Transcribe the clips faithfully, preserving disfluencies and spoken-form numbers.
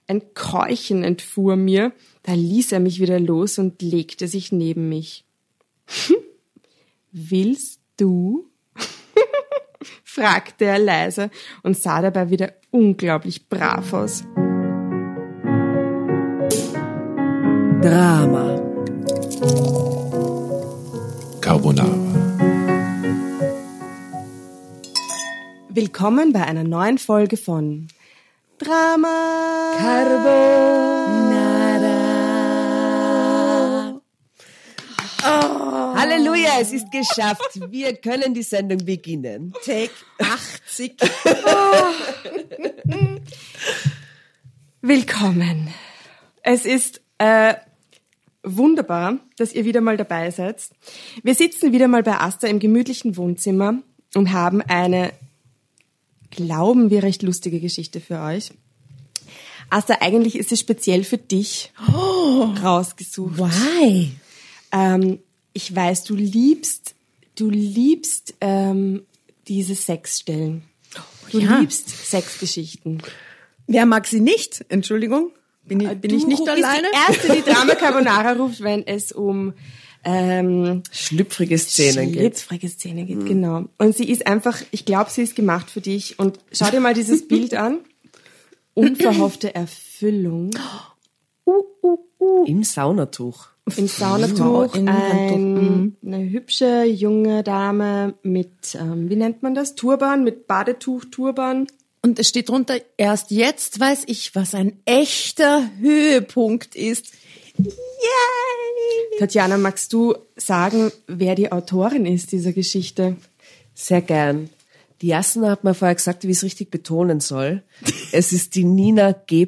Ein Keuchen entfuhr mir, da ließ er mich wieder los und legte sich neben mich. »Willst du?« fragte er leise und sah dabei wieder unglaublich brav aus. Drama. Carbonara. Willkommen bei einer neuen Folge von Drama Carbonara. Oh. Halleluja, es ist geschafft. Wir können die Sendung beginnen. Take achtzig. Oh. Willkommen. Es ist äh, wunderbar, dass ihr wieder mal dabei seid. Wir sitzen wieder mal bei Asta im gemütlichen Wohnzimmer und haben eine, glauben wir, recht lustige Geschichte für euch. Asta, eigentlich ist sie speziell für dich oh. rausgesucht. Why? Ähm, ich weiß, du liebst, du liebst ähm, diese Sexstellen. Du ja. liebst Sexgeschichten. Wer mag sie nicht? Entschuldigung, bin ich, bin du ich nicht bist alleine? Die erste, die Drama Carbonara ruft, wenn es um ähm, schlüpfrige Szenen geht. Schlüpfrige Szenen geht, mhm. genau. Und sie ist einfach, ich glaube, sie ist gemacht für dich. Und schau dir mal dieses Bild an. Unverhoffte Erfüllung. Uh, uh, uh. Im Saunatuch. Im Saunatuch, in ein, eine hübsche junge Dame mit, ähm, wie nennt man das? Turban, mit Badetuch, Turban. Und es steht drunter, erst jetzt weiß ich, was ein echter Höhepunkt ist. Yay! Tatjana, magst du sagen, wer die Autorin ist dieser Geschichte? Sehr gern. Die Jasna hat mir vorher gesagt, wie ich es richtig betonen soll. Es ist die Nina G.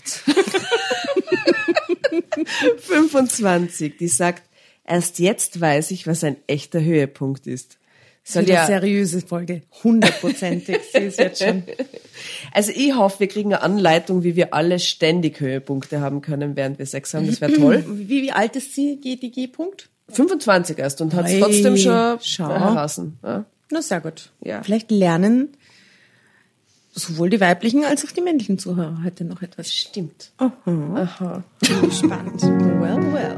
fünfundzwanzig, die sagt, erst jetzt weiß ich, was ein echter Höhepunkt ist. Soll ja eine seriöse Folge, hundertprozentig. Sie ist jetzt schon. Also ich hoffe, wir kriegen eine Anleitung, wie wir alle ständig Höhepunkte haben können, während wir Sex haben. Das wäre toll. Wie, wie alt ist sie, die G-Punkt? fünfundzwanzig erst und hat es trotzdem schon schau. heraus. Ja. Na, sehr gut. Ja. Vielleicht lernen sowohl die weiblichen als auch die männlichen Zuhörer heute noch etwas. Stimmt. Aha. Aha. Bin gespannt. Well, well.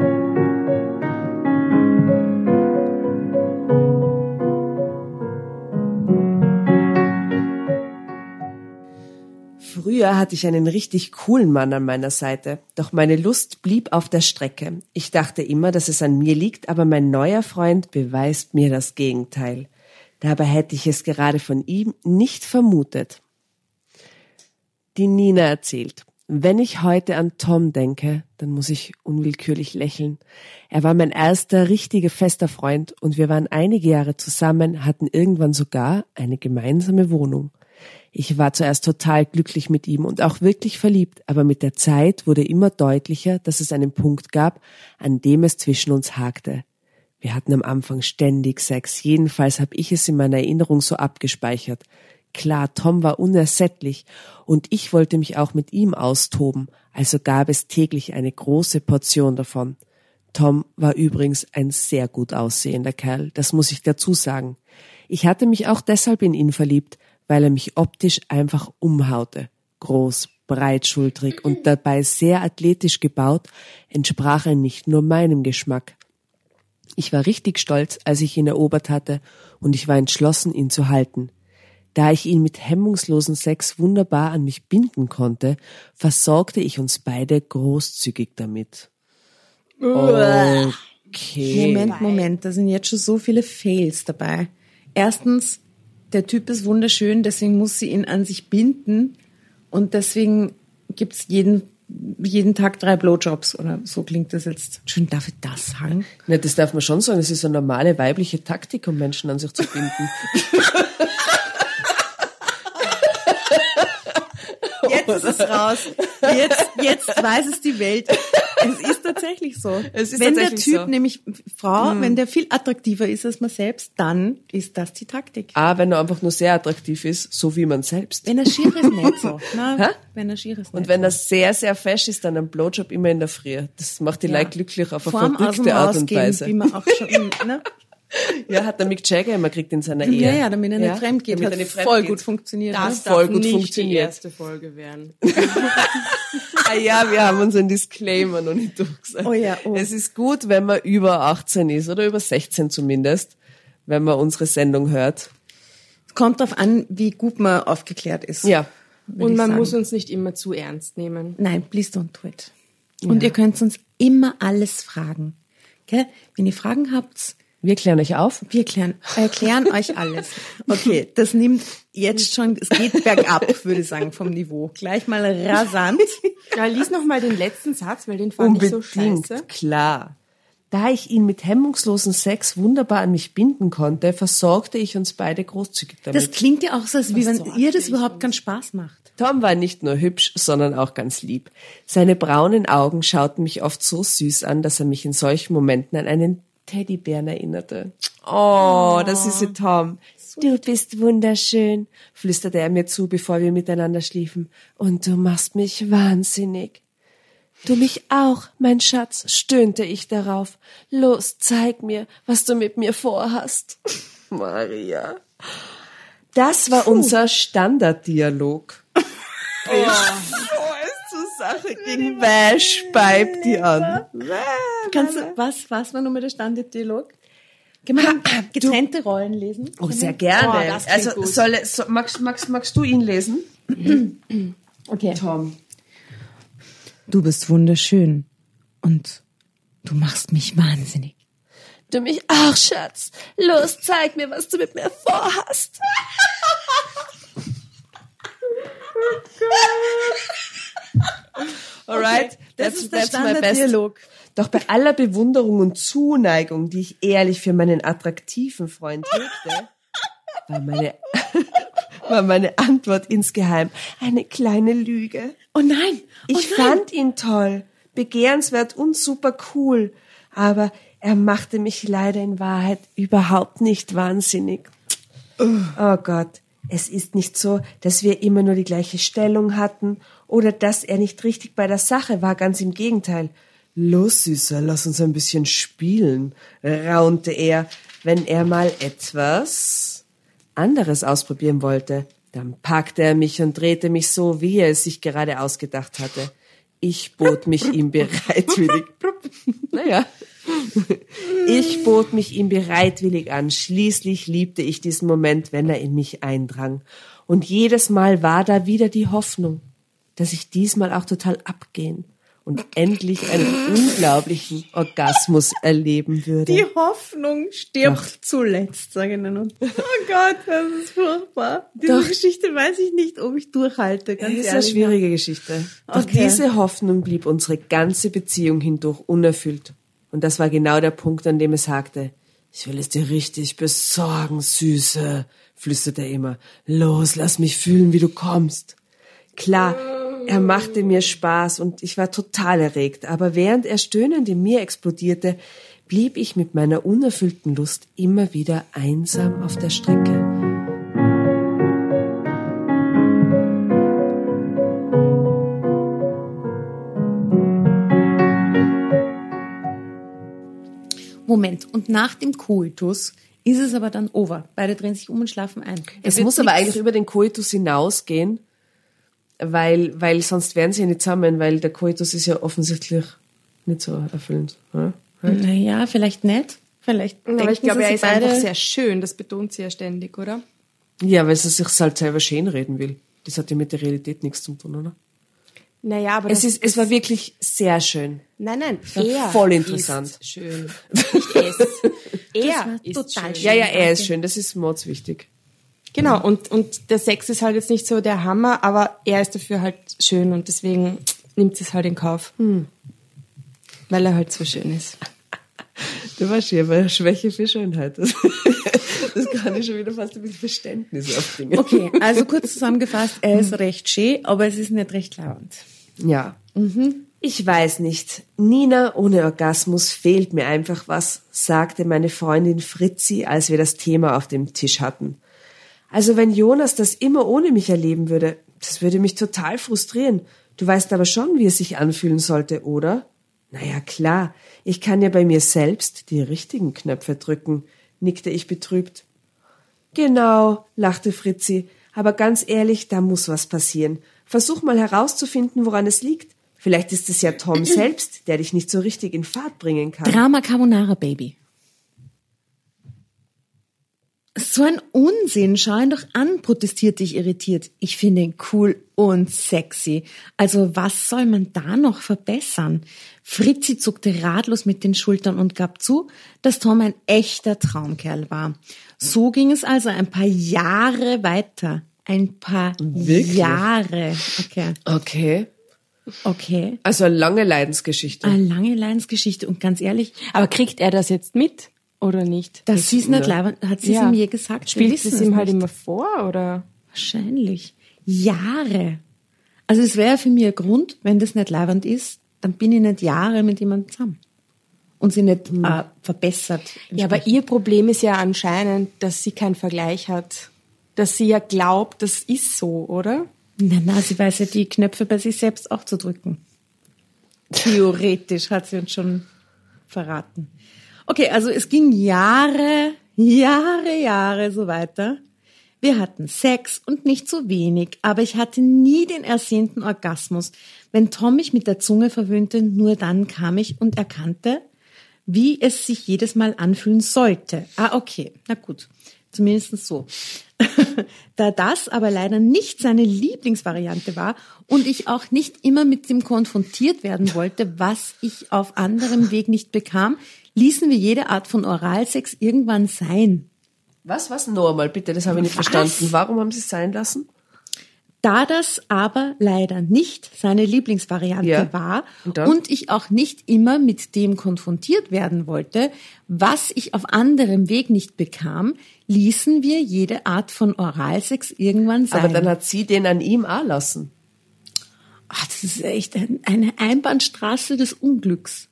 Früher hatte ich einen richtig coolen Mann an meiner Seite, doch meine Lust blieb auf der Strecke. Ich dachte immer, dass es an mir liegt, aber mein neuer Freund beweist mir das Gegenteil. Dabei hätte ich es gerade von ihm nicht vermutet. Die Nina erzählt, wenn ich heute an Tom denke, dann muss ich unwillkürlich lächeln. Er war mein erster richtiger fester Freund und wir waren einige Jahre zusammen, hatten irgendwann sogar eine gemeinsame Wohnung. Ich war zuerst total glücklich mit ihm und auch wirklich verliebt, aber mit der Zeit wurde immer deutlicher, dass es einen Punkt gab, an dem es zwischen uns hakte. Wir hatten am Anfang ständig Sex, jedenfalls habe ich es in meiner Erinnerung so abgespeichert. Klar, Tom war unersättlich und ich wollte mich auch mit ihm austoben, also gab es täglich eine große Portion davon. Tom war übrigens ein sehr gut aussehender Kerl, das muss ich dazu sagen. Ich hatte mich auch deshalb in ihn verliebt, weil er mich optisch einfach umhaute. Groß, breitschultrig und dabei sehr athletisch gebaut, entsprach er nicht nur meinem Geschmack. Ich war richtig stolz, als ich ihn erobert hatte, und ich war entschlossen, ihn zu halten. Da ich ihn mit hemmungslosen Sex wunderbar an mich binden konnte, versorgte ich uns beide großzügig damit. Okay. Moment, Moment, da sind jetzt schon so viele Fails dabei. Erstens, der Typ ist wunderschön, deswegen muss sie ihn an sich binden und deswegen gibt's jeden jeden Tag drei Blowjobs oder so klingt das jetzt. Schön, darf ich das sagen? Ja, das darf man schon sagen, das ist eine normale weibliche Taktik, um Menschen an sich zu binden. Jetzt ist es raus. Jetzt, jetzt weiß es die Welt. Es ist tatsächlich so. Es ist wenn tatsächlich der Typ, so. nämlich Frau, Mhm. wenn der viel attraktiver ist als man selbst, dann ist das die Taktik. Ah, wenn er einfach nur sehr attraktiv ist, so wie man selbst. Wenn er schier ist, nicht so. Na, Hä? wenn er schier ist, Und nicht wenn so. er sehr, sehr fesch ist, dann ein Blowjob immer in der Früh. Das macht die Ja. Leute glücklich auf eine Vorm aus dem verrückte Art Haus und gehen, Weise. wie man auch schon, ne? Ja, hat der Mick Jagger immer gekriegt in seiner Ehe. Ja, ja, damit er nicht Ja, fremd geht. damit Hat er nicht fremd voll geht. gut funktioniert. Das ne? voll gut funktioniert. Folge werden. Ah ja, wir haben unseren Disclaimer noch nicht durchgesagt. Oh ja, oh. Es ist gut, wenn man über achtzehn ist oder über sechzehn zumindest, wenn man unsere Sendung hört. Kommt drauf an, wie gut man aufgeklärt ist. Ja. Und man muss uns nicht immer zu ernst nehmen. Nein, please don't do it. Und Ja. ihr könnt uns immer alles fragen. Gell? Wenn ihr Fragen habt, Wir klären euch auf. wir klären, erklären euch alles. Okay, das nimmt jetzt schon, es geht bergab, würde ich sagen, vom Niveau. Gleich mal rasant. Ja, lies noch mal den letzten Satz, weil den fand ich so scheiße. Klar. Da ich ihn mit hemmungslosen Sex wunderbar an mich binden konnte, versorgte ich uns beide großzügig damit. Das klingt ja auch so, als wie wenn sorgte ihr das ich überhaupt keinen Spaß macht. Tom war nicht nur hübsch, sondern auch ganz lieb. Seine braunen Augen schauten mich oft so süß an, dass er mich in solchen Momenten an einen Teddybären erinnerte. Oh, das ist ja Tom. Du bist wunderschön, flüsterte er mir zu, bevor wir miteinander schliefen. Und du machst mich wahnsinnig. Du mich auch, mein Schatz, stöhnte ich darauf. Los, zeig mir, was du mit mir vorhast. Maria. Das war unser Standarddialog. Bevor es zur Sache ging, wer speibt die an? Kannst du, was, was war nun mal der Standarddialog? Können wir dann getrennte Rollen lesen? Oh, sehr gerne. Oh, das klingt also gut. soll, so, magst, magst, magst du ihn lesen? Okay. Tom. Du bist wunderschön und du machst mich wahnsinnig. Du mich auch, Schatz. Los, zeig mir, was du mit mir vorhast. Alright, Das ist der Standarddialog. Doch bei aller Bewunderung und Zuneigung, die ich ehrlich für meinen attraktiven Freund hegte, war meine, war meine Antwort insgeheim eine kleine Lüge. Oh nein! Oh Ich nein. fand ihn toll, begehrenswert und super cool, aber er machte mich leider in Wahrheit überhaupt nicht wahnsinnig. Oh Gott, es ist nicht so, dass wir immer nur die gleiche Stellung hatten oder dass er nicht richtig bei der Sache war, ganz im Gegenteil. Los, Süßer, lass uns ein bisschen spielen, raunte er, wenn er mal etwas anderes ausprobieren wollte. Dann packte er mich und drehte mich so, wie er es sich gerade ausgedacht hatte. Ich bot mich ihm bereitwillig. Naja. Ich bot mich ihm bereitwillig an. Schließlich liebte ich diesen Moment, wenn er in mich eindrang. Und jedes Mal war da wieder die Hoffnung, dass ich diesmal auch total abgehen und endlich einen unglaublichen Orgasmus erleben würde. Die Hoffnung stirbt Doch. zuletzt, sage ich nur. Oh Gott, das ist furchtbar. Diese Doch. Geschichte weiß ich nicht, ob ich durchhalte, ganz Das ist ehrlich. eine schwierige Geschichte. Doch Okay. diese Hoffnung blieb unsere ganze Beziehung hindurch unerfüllt. Und das war genau der Punkt, an dem es sagte, ich will es dir richtig besorgen, Süße, flüsterte er immer. Los, lass mich fühlen, wie du kommst. Klar, er machte mir Spaß und ich war total erregt, aber während er stöhnend in mir explodierte, blieb ich mit meiner unerfüllten Lust immer wieder einsam auf der Strecke. Moment, und nach dem Koitus ist es aber dann over. Beide drehen sich um und schlafen ein. Es wird muss aber nix- eigentlich über den Koitus hinausgehen, weil, weil sonst wären sie ja nicht zusammen, weil der Koitus ist ja offensichtlich nicht so erfüllend. Ja? Naja, vielleicht nicht. Vielleicht Aber denken ich glaube, sie er sich ist beide, einfach sehr schön. Das betont sie ja ständig, oder? Ja, weil sie sich halt selber schön reden will. Das hat ja mit der Realität nichts zu tun, oder? Naja, aber Es, das ist, es war wirklich sehr schön. Nein, nein, war er voll interessant. ist schön. Nicht es. Er war ist total schön. Ja, ja, er ist schön. Das ist mordswichtig. Genau, und, und der Sex ist halt jetzt nicht so der Hammer, aber er ist dafür halt schön und deswegen nimmt sie es halt in Kauf. Hm. Weil er halt so schön ist. Du warst ja bei Schwäche für Schönheit. Das, das kann ich schon wieder fast ein bisschen Verständnis aufbringen. Okay, also kurz zusammengefasst, er ist recht schön, aber es ist nicht recht lauernd. Ja. Ich weiß nicht. Nina ohne Orgasmus fehlt mir einfach was, sagte meine Freundin Fritzi, als wir das Thema auf dem Tisch hatten. Also wenn Jonas das immer ohne mich erleben würde, das würde mich total frustrieren. Du weißt aber schon, wie es sich anfühlen sollte, oder? Naja, klar. Ich kann ja bei mir selbst die richtigen Knöpfe drücken, nickte ich betrübt. Genau, lachte Fritzi. Aber ganz ehrlich, da muss was passieren. Versuch mal herauszufinden, woran es liegt. Vielleicht ist es ja Tom selbst, der dich nicht so richtig in Fahrt bringen kann. Drama Carbonara, Baby. So ein Unsinn, schau ihn doch an, protestierte ich irritiert. Ich finde ihn cool und sexy. Also was soll man da noch verbessern? Fritzi zuckte ratlos mit den Schultern und gab zu, dass Tom ein echter Traumkerl war. So ging es also ein paar Jahre weiter. Ein paar Wirklich? Jahre. Okay. Okay. Okay. Also eine lange Leidensgeschichte. Eine lange Leidensgeschichte und ganz ehrlich, Aber kriegt er das jetzt mit oder nicht? dass sie es nicht leibend, hat sie es Ja. ihm je gesagt. Wir Spielt wissen es ihm halt nicht. immer vor, oder? Wahrscheinlich. Jahre. Also es wäre für mich ein Grund, wenn das nicht leibend ist, dann bin ich nicht Jahre mit jemandem zusammen. Und sie nicht äh, verbessert. Ja, aber ihr Problem ist ja anscheinend, dass sie keinen Vergleich hat. Dass sie ja glaubt, das ist so, oder? Na, na, sie weiß ja die Knöpfe bei sich selbst auch zu drücken. Theoretisch hat sie uns schon verraten. Okay, also es ging Jahre, Jahre, Jahre so weiter. Wir hatten Sex und nicht so wenig, aber ich hatte nie den ersehnten Orgasmus. Wenn Tom mich mit der Zunge verwöhnte, nur dann kam ich und erkannte, wie es sich jedes Mal anfühlen sollte. Ah, okay, na gut, zumindest so. Da das aber leider nicht seine Lieblingsvariante war und ich auch nicht immer mit dem konfrontiert werden wollte, was ich auf anderem Weg nicht bekam, ließen wir jede Art von Oralsex irgendwann sein. Was, was? Noch einmal, bitte, das habe ich nicht Was? verstanden. Warum haben Sie es sein lassen? Da das aber leider nicht seine Lieblingsvariante Ja. war Und und, dann? ich auch nicht immer mit dem konfrontiert werden wollte, was ich auf anderem Weg nicht bekam, ließen wir jede Art von Oralsex irgendwann sein. Aber dann hat sie den an ihm auch lassen. Ach, das ist echt ein- eine Einbahnstraße des Unglücks.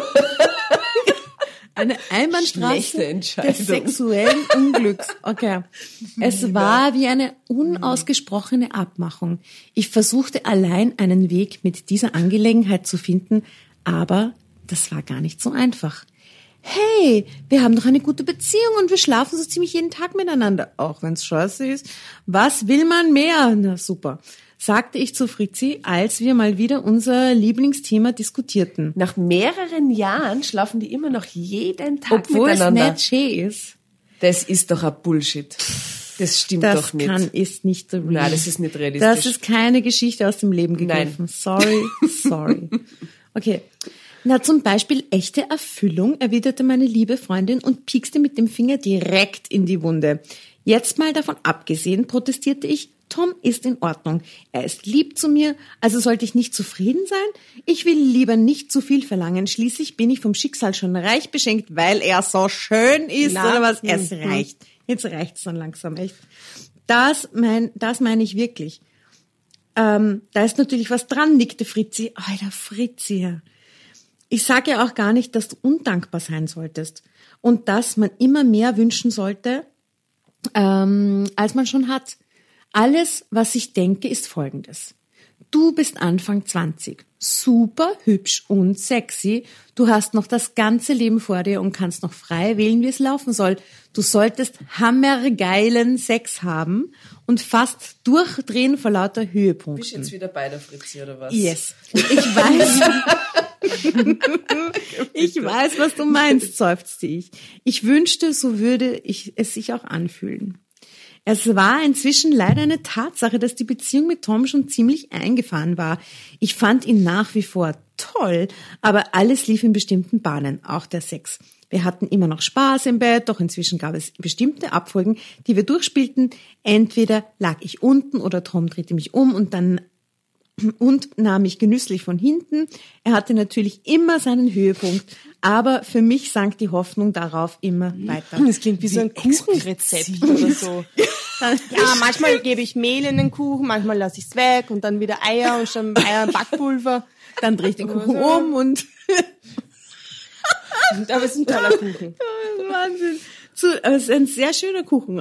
Eine Einbahnstraße Schlechte Entscheidung. des sexuellen Unglücks. Okay. Es war wie eine unausgesprochene Abmachung. Ich versuchte allein einen Weg mit dieser Angelegenheit zu finden, aber das war gar nicht so einfach. Hey, wir haben doch eine gute Beziehung und wir schlafen so ziemlich jeden Tag miteinander, auch wenn's scheiße ist. Was will man mehr? Na super, sagte ich zu Fritzi, als wir mal wieder unser Lieblingsthema diskutierten. Nach mehreren Jahren schlafen die immer noch jeden Tag Obwohl es miteinander. nicht schön ist. Das ist doch ein Bullshit. Das stimmt Das doch nicht. kann, ist nicht so real. Nein, das ist nicht realistisch. Das ist keine Geschichte aus dem Leben gegriffen. Nein. Sorry, sorry. Okay. Na, zum Beispiel echte Erfüllung, erwiderte meine liebe Freundin und piekste mit dem Finger direkt in die Wunde. Jetzt mal davon abgesehen, protestierte ich, Tom ist in Ordnung. Er ist lieb zu mir, also sollte ich nicht zufrieden sein? Ich will lieber nicht zu viel verlangen. Schließlich bin ich vom Schicksal schon reich beschenkt, weil er so schön ist, Na, oder was? Es mhm. reicht. Jetzt reicht's dann langsam, echt. Das mein, das meine ich wirklich. Ähm, da ist natürlich was dran, nickte Fritzi. Alter, Fritzi. Ich sage ja auch gar nicht, dass du undankbar sein solltest und dass man immer mehr wünschen sollte, ähm, als man schon hat. Alles, was ich denke, ist Folgendes. Du bist Anfang zwanzig, super hübsch und sexy. Du hast noch das ganze Leben vor dir und kannst noch frei wählen, wie es laufen soll. Du solltest hammergeilen Sex haben und fast durchdrehen vor lauter Bist du Höhepunkten. jetzt wieder bei der Fritzi, oder was? Yes. Ich weiß. Ich weiß, was du meinst, seufzte ich. Ich wünschte, so würde ich es sich auch anfühlen. Es war inzwischen leider eine Tatsache, dass die Beziehung mit Tom schon ziemlich eingefahren war. Ich fand ihn nach wie vor toll, aber alles lief in bestimmten Bahnen, auch der Sex. Wir hatten immer noch Spaß im Bett, doch inzwischen gab es bestimmte Abfolgen, die wir durchspielten. Entweder lag ich unten oder Tom drehte mich um und dann und nahm mich genüsslich von hinten. Er hatte natürlich immer seinen Höhepunkt, aber für mich sank die Hoffnung darauf immer weiter. Das klingt wie so ein Kuchenrezept oder so. Ja, manchmal gebe ich Mehl in den Kuchen, manchmal lasse ich es weg und dann wieder Eier und schon Eier und Backpulver. Dann drehe ich den Kuchen um und Aber es ist ein toller Kuchen. Wahnsinn. So, es ist ein sehr schöner Kuchen.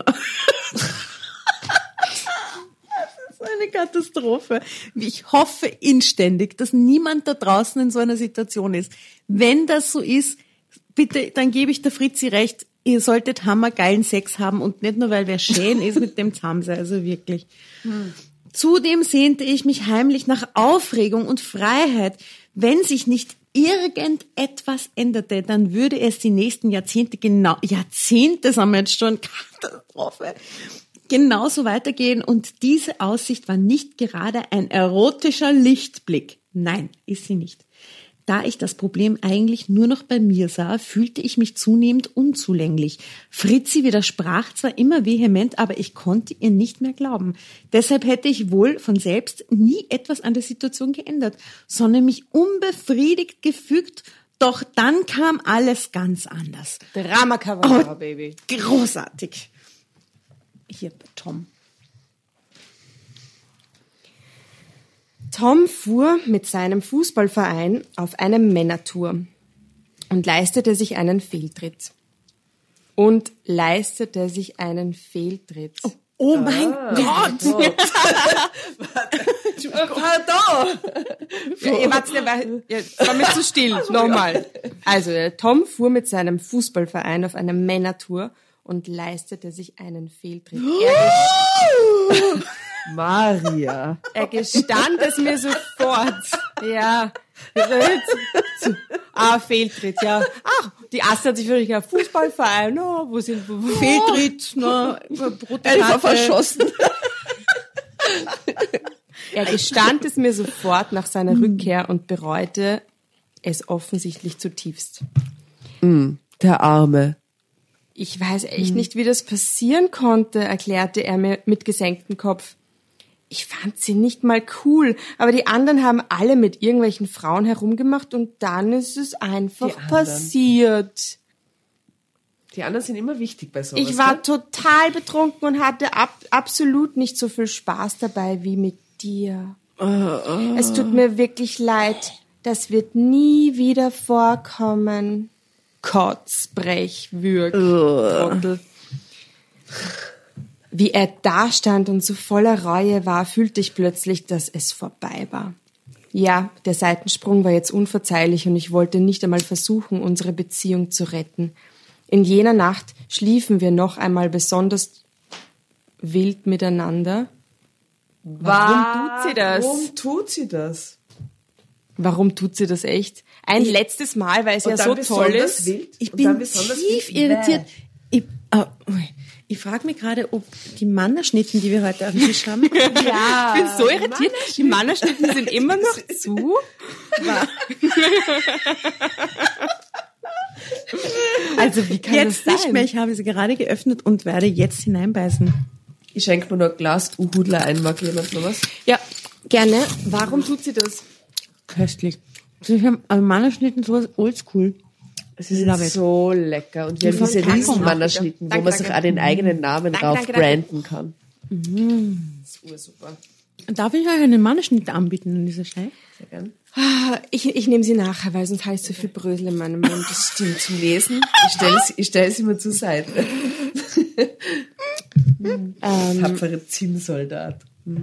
Das ist eine Katastrophe. Ich hoffe inständig, dass niemand da draußen in so einer Situation ist. Wenn das so ist, bitte, dann gebe ich der Fritzi recht, ihr solltet hammergeilen Sex haben und nicht nur, weil wer schön ist, mit dem zusammen sein. Also wirklich. Zudem sehnte ich mich heimlich nach Aufregung und Freiheit. Wenn sich nicht irgendetwas änderte, dann würde es die nächsten Jahrzehnte genau, Jahrzehnte sind wir jetzt schon, Katastrophe, genauso weitergehen. Und diese Aussicht war nicht gerade ein erotischer Lichtblick. Nein, ist sie nicht. Da ich das Problem eigentlich nur noch bei mir sah, fühlte ich mich zunehmend unzulänglich. Fritzi widersprach zwar immer vehement, aber ich konnte ihr nicht mehr glauben. Deshalb hätte ich wohl von selbst nie etwas an der Situation geändert, sondern mich unbefriedigt gefügt. Doch dann kam alles ganz anders. Drama Carbonara, Oh, Baby. Großartig. Hier, Tom. Tom fuhr mit seinem Fußballverein auf eine Männertour und leistete sich einen Fehltritt. Und leistete sich einen Fehltritt. Oh, oh mein Ah, Gott! Oh. Pardon! Ja, ihr wart, ja, war mir zu still. Nochmal. Also, der Tom fuhr mit seinem Fußballverein auf eine Männertour und leistete sich einen Fehltritt. Er, Maria. er gestand es mir sofort. Ja. Ah, Fehltritt, ja. Ach, die Asse hat sich wirklich gedacht, Fußballverein, oh, wo sind, wo, Fehltritt, ne? Er war verschossen. Er gestand es mir sofort nach seiner Rückkehr und bereute es offensichtlich zutiefst. Der Arme. Ich weiß echt nicht, wie das passieren konnte, erklärte er mir mit gesenktem Kopf. Ich fand sie nicht mal cool, aber die anderen haben alle mit irgendwelchen Frauen herumgemacht und dann ist es einfach Die anderen. passiert. Die anderen sind immer wichtig bei sowas. Ich war gell? total betrunken und hatte ab, absolut nicht so viel Spaß dabei wie mit dir. Es tut mir wirklich leid. Das wird nie wieder vorkommen. Kotz, Brech, Würg, Trottel. Wie er da stand und so voller Reue war, fühlte ich plötzlich, dass es vorbei war. Ja, der Seitensprung war jetzt unverzeihlich und ich wollte nicht einmal versuchen, unsere Beziehung zu retten. In jener Nacht schliefen wir noch einmal besonders wild miteinander. Warum tut sie das? Warum tut sie das? Warum tut sie das echt? Ein Ich- letztes Mal, weil es Und ja dann so toll besonders ist. wild. Ich Und bin dann besonders tief wild. irritiert. Ich, ah, ui. ich frage mich gerade, ob die Mannerschnitten, die wir heute auf dem Tisch haben, Ja, ich bin so irritiert. Die Mannerschnitten sind immer noch zu. Also wie kann jetzt das nicht sein? mehr. Ich habe sie gerade geöffnet und werde jetzt hineinbeißen. Ich schenke mir noch ein Glas Uhudler ein. Mag jemand noch was? Ja, gerne. Warum tut sie das? Köstlich. Sie haben also Mannerschnitten sowas oldschool. Es ist Love it. so lecker. Und wir haben von diese Kakao Riesenmannerschnitten, wo Danke, man sich danke. auch den eigenen Namen Danke, drauf danke, danke. branden kann. Das ist ursuper. Darf ich euch eine Mannerschnitte anbieten an dieser Stelle? Sehr gern. Ah, Ich, ich nehme sie nachher, weil sonst habe ich so viel Brösel in meinem Mund. Das stimmt, zum Lesen. Ich stelle sie, ich stell sie mir zur Seite. Ähm, Tapfere Zinnsoldat.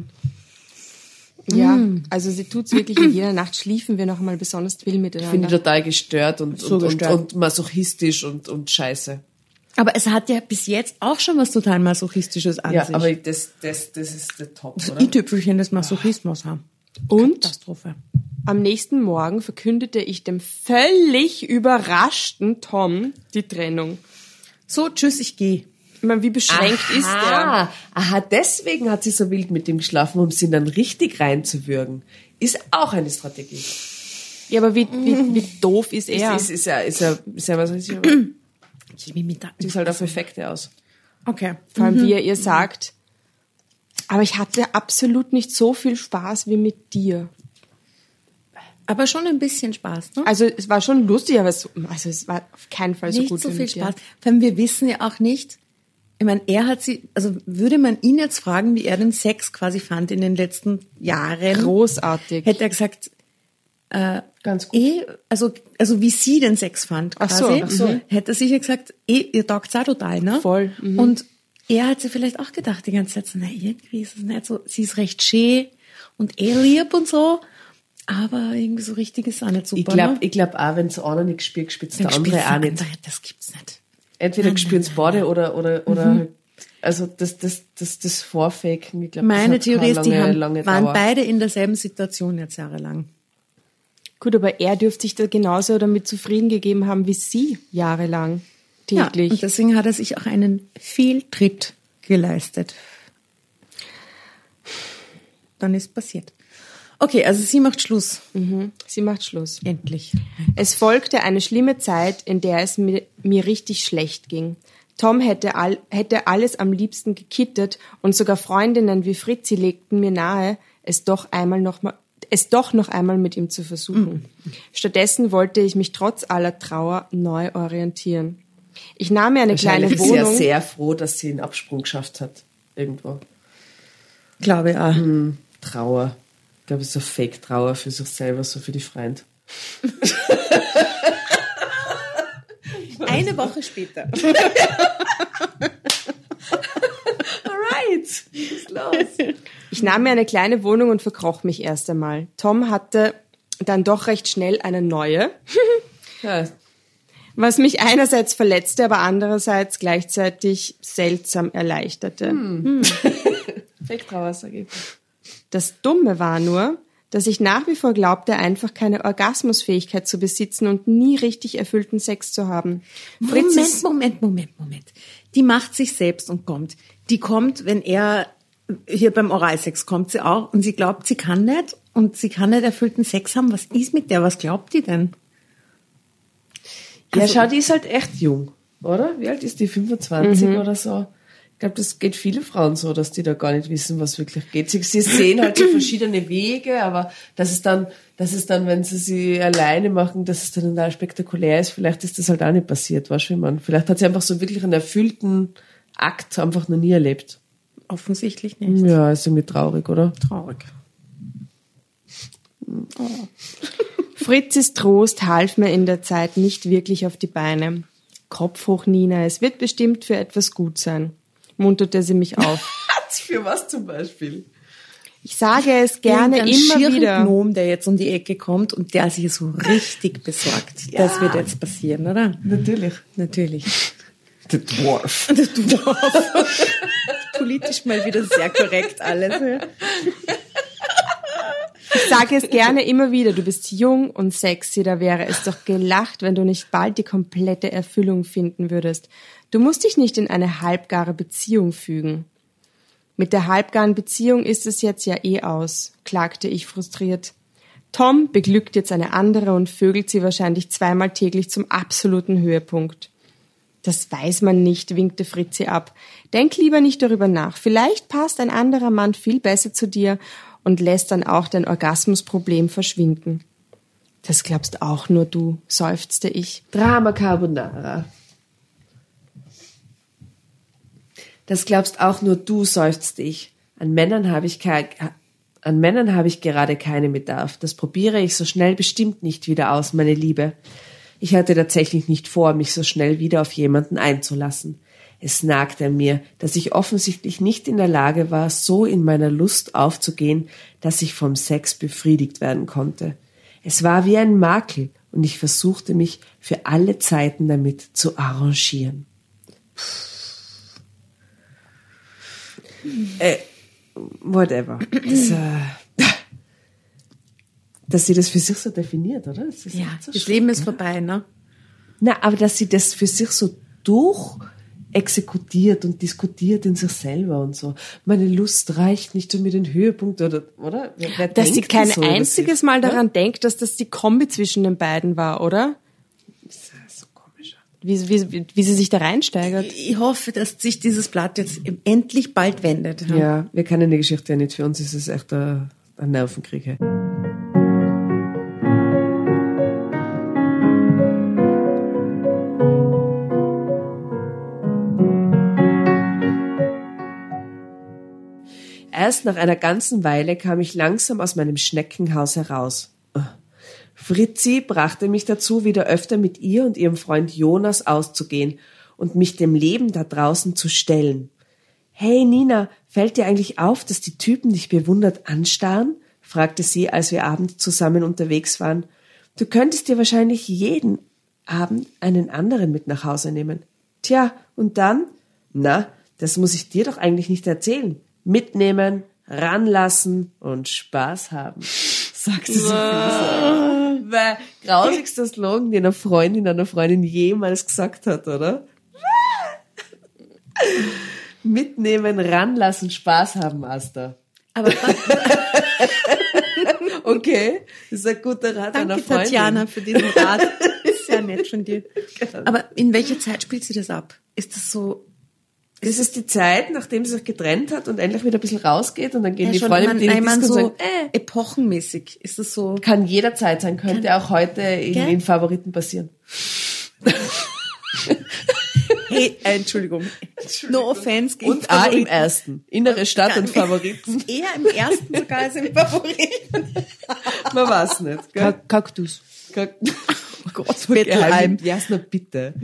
ja, also sie tut's wirklich in jeder Nacht. Schliefen wir noch einmal besonders wild Finde ich miteinander. total gestört und, So und, gestört. und, und masochistisch und, und scheiße. Aber es hat ja bis jetzt auch schon was total Masochistisches an Ja, sich. aber das, das, das ist der Top, das oder? i-Tüpfelchen des Masochismus haben. Und Katastrophe. am nächsten Morgen verkündete ich dem völlig überraschten Tom die Trennung. So, tschüss, ich gehe. Ich meine, wie beschränkt ist der? Aha, aha, deswegen hat sie so wild mit ihm geschlafen, um sie dann richtig reinzuwürgen. Ist auch eine Strategie. Ja, aber wie, wie, wie doof ist er? Ist, ist, ist ja, ist ja, ist ja, was weiß ich, Ich bin mit da. sieht halt auf Effekte aus. Okay. Vor allem, wie er ihr sagt. Aber ich hatte absolut nicht so viel Spaß wie mit dir. Aber schon ein bisschen Spaß, ne? Also es war schon lustig, aber es, also es war auf keinen Fall so Nicht gut so wie viel mit dir. Spaß. Vor allem, wir wissen ja auch nicht, ich meine, er hat sie, also würde man ihn jetzt fragen, wie er den Sex quasi fand in den letzten Jahren, Großartig. hätte er gesagt, Ganz gut. eh, also, also wie sie den Sex fand Ach so, quasi, ach so. hätte er sicher gesagt, eh, ihr taugt's auch total, ne? Voll, mhm. Und er hat sich vielleicht auch gedacht die ganze Zeit so, na, irgendwie ist es nicht so, sie ist recht schön und eh lieb und so, aber irgendwie so richtig ist auch nicht super, Ich glaube ne? ich glaub auch, wenn es einer nicht spürt, spürt Dann der andere spielt's auch der nicht. andere, das gibt's nicht. Entweder spüren es beide oder, oder, oder also das, das, das, das Vorfaken, ich glaube, Meine das hat Theorie ist, keine die lange, haben, lange waren Dauer. beide in derselben Situation jetzt jahrelang. Gut, aber er dürfte sich da genauso damit zufrieden gegeben haben wie sie jahrelang täglich. Ja, und deswegen hat er sich auch einen Fehltritt geleistet. Dann ist passiert. Okay, also sie macht Schluss. Mhm. Sie macht Schluss. Endlich. Es folgte eine schlimme Zeit, in der es mir, mir richtig schlecht ging. Tom hätte, all, hätte alles am liebsten gekittet und sogar Freundinnen wie Fritzi legten mir nahe, es doch einmal noch mal, es doch noch einmal mit ihm zu versuchen. Mhm. Stattdessen wollte ich mich trotz aller Trauer neu orientieren. Ich nahm mir eine kleine Wahrscheinlich ist sie ja Wohnung. sehr froh, dass sie einen Absprung geschafft hat. Irgendwo. Glaube auch. Hm, Trauer. Ich glaube, es ist so Fake-Trauer für sich selber, so für die Freund. Eine Woche später. Alright, was ist los? Ich nahm mir eine kleine Wohnung und verkroch mich erst einmal. Tom hatte dann doch recht schnell eine neue, Ja, was mich einerseits verletzte, aber andererseits gleichzeitig seltsam erleichterte. hm. Fake-Trauer, sag ich. Das Dumme war nur, dass ich nach wie vor glaubte, einfach keine Orgasmusfähigkeit zu besitzen und nie richtig erfüllten Sex zu haben. Fritz Moment, ist- Moment, Moment, Moment. Die macht sich selbst und kommt. Die kommt, wenn er hier beim Oralsex kommt sie auch und sie glaubt, sie kann nicht und sie kann nicht erfüllten Sex haben. Was ist mit der? Was glaubt die denn? Ja, schau, die ist halt echt jung, oder? Wie alt ist die? fünfundzwanzig Mhm. oder so? Ich glaube, das geht viele Frauen so, dass die da gar nicht wissen, was wirklich geht. Sie, sie sehen halt so verschiedene Wege, aber das ist dann, das ist dann, wenn sie sie alleine machen, dass es dann total spektakulär ist. Vielleicht ist das halt auch nicht passiert, weißt du, wie man. Vielleicht hat sie einfach so wirklich einen erfüllten Akt einfach noch nie erlebt. Offensichtlich nicht. Ja, ist irgendwie traurig, oder? Traurig. Fritzis Trost half mir in der Zeit nicht wirklich auf die Beine. Kopf hoch, Nina, es wird bestimmt für etwas gut sein, munterte sie mich auf. Für was zum Beispiel? Ich sage es gerne Irgendein immer schieren wieder. Gnom, der jetzt um die Ecke kommt und der sich so richtig besorgt. Ja. Das wird jetzt passieren, oder? Natürlich. Natürlich. Der Dwarf. Der Dwarf. Politisch mal wieder sehr korrekt alles. Ich sage es gerne immer wieder, du bist jung und sexy, da wäre es doch gelacht, wenn du nicht bald die komplette Erfüllung finden würdest. Du musst dich nicht in eine halbgare Beziehung fügen. Mit der halbgaren Beziehung ist es jetzt ja eh aus, klagte ich frustriert. Tom beglückt jetzt eine andere und vögelt sie wahrscheinlich zweimal täglich zum absoluten Höhepunkt. Das weiß man nicht, winkte Fritzi ab. Denk lieber nicht darüber nach. Vielleicht passt ein anderer Mann viel besser zu dir und lässt dann auch dein Orgasmusproblem verschwinden. Das glaubst auch nur du, seufzte ich. Drama Carbonara. Das glaubst auch nur du, seufzte ich. An Männern habe ich kein, an Männern habe ich gerade keinen Bedarf. Das probiere ich so schnell bestimmt nicht wieder aus, meine Liebe. Ich hatte tatsächlich nicht vor, mich so schnell wieder auf jemanden einzulassen. Es nagte an mir, dass ich offensichtlich nicht in der Lage war, so in meiner Lust aufzugehen, dass ich vom Sex befriedigt werden konnte. Es war wie ein Makel und ich versuchte mich für alle Zeiten damit zu arrangieren. Äh, whatever. Das, äh, dass sie das für sich so definiert, oder? Das ist Ja, echt so das schlimm, Leben ist oder? vorbei, ne? Na, aber dass sie das für sich so durch exekutiert und diskutiert in sich selber und so. Meine Lust reicht nicht um mir den Höhepunkt, oder, oder? Wer, wer Dass sie denkt kein so über einziges sich, Mal oder? daran denkt, dass das die Kombi zwischen den beiden war, oder? Das ist so komisch. Wie, wie, wie sie sich da reinsteigert. Ich hoffe, dass sich dieses Blatt jetzt endlich bald wendet. Ja, wir kennen die Geschichte ja nicht. Für uns ist es echt ein, ein Nervenkrieg. Hey. Erst nach einer ganzen Weile kam ich langsam aus meinem Schneckenhaus heraus. Fritzi brachte mich dazu, wieder öfter mit ihr und ihrem Freund Jonas auszugehen und mich dem Leben da draußen zu stellen. »Hey Nina, fällt dir eigentlich auf, dass die Typen dich bewundert anstarren?« fragte sie, als wir abends zusammen unterwegs waren. »Du könntest dir wahrscheinlich jeden Abend einen anderen mit nach Hause nehmen.« »Tja, und dann?« »Na, Das muss ich dir doch eigentlich nicht erzählen. Mitnehmen, ranlassen und Spaß haben. Sagst du so viel. Weil grausigster Slogan, den eine Freundin einer Freundin jemals gesagt hat, oder? Mitnehmen, ranlassen, Spaß haben, Asta. Aber okay, das ist ein guter Rat einer danke, Freundin. Tatjana, für diesen Rat. Sehr nett von dir. Aber in welcher Zeit spielt sie das ab? Ist das so... Das ist die Zeit, nachdem sie sich getrennt hat und endlich wieder ein bisschen rausgeht und dann gehen Ja, die schon, Freunde man, mit denen in die man Disco so und sagen, äh, epochenmäßig. Ist das so... kann jederzeit sein, könnte Kann- auch heute in Gell? den Favoriten passieren. Hey, äh, Entschuldigung. No offense gegen Und auch im Favoriten. ersten. Innere Stadt und Kann- Favoriten. Eher im ersten sogar als im Favoriten. Man weiß nicht. Gell? Ka- Kaktus. Kak- Oh Gott, Geheim. Bettelheim. Jasna, bitte.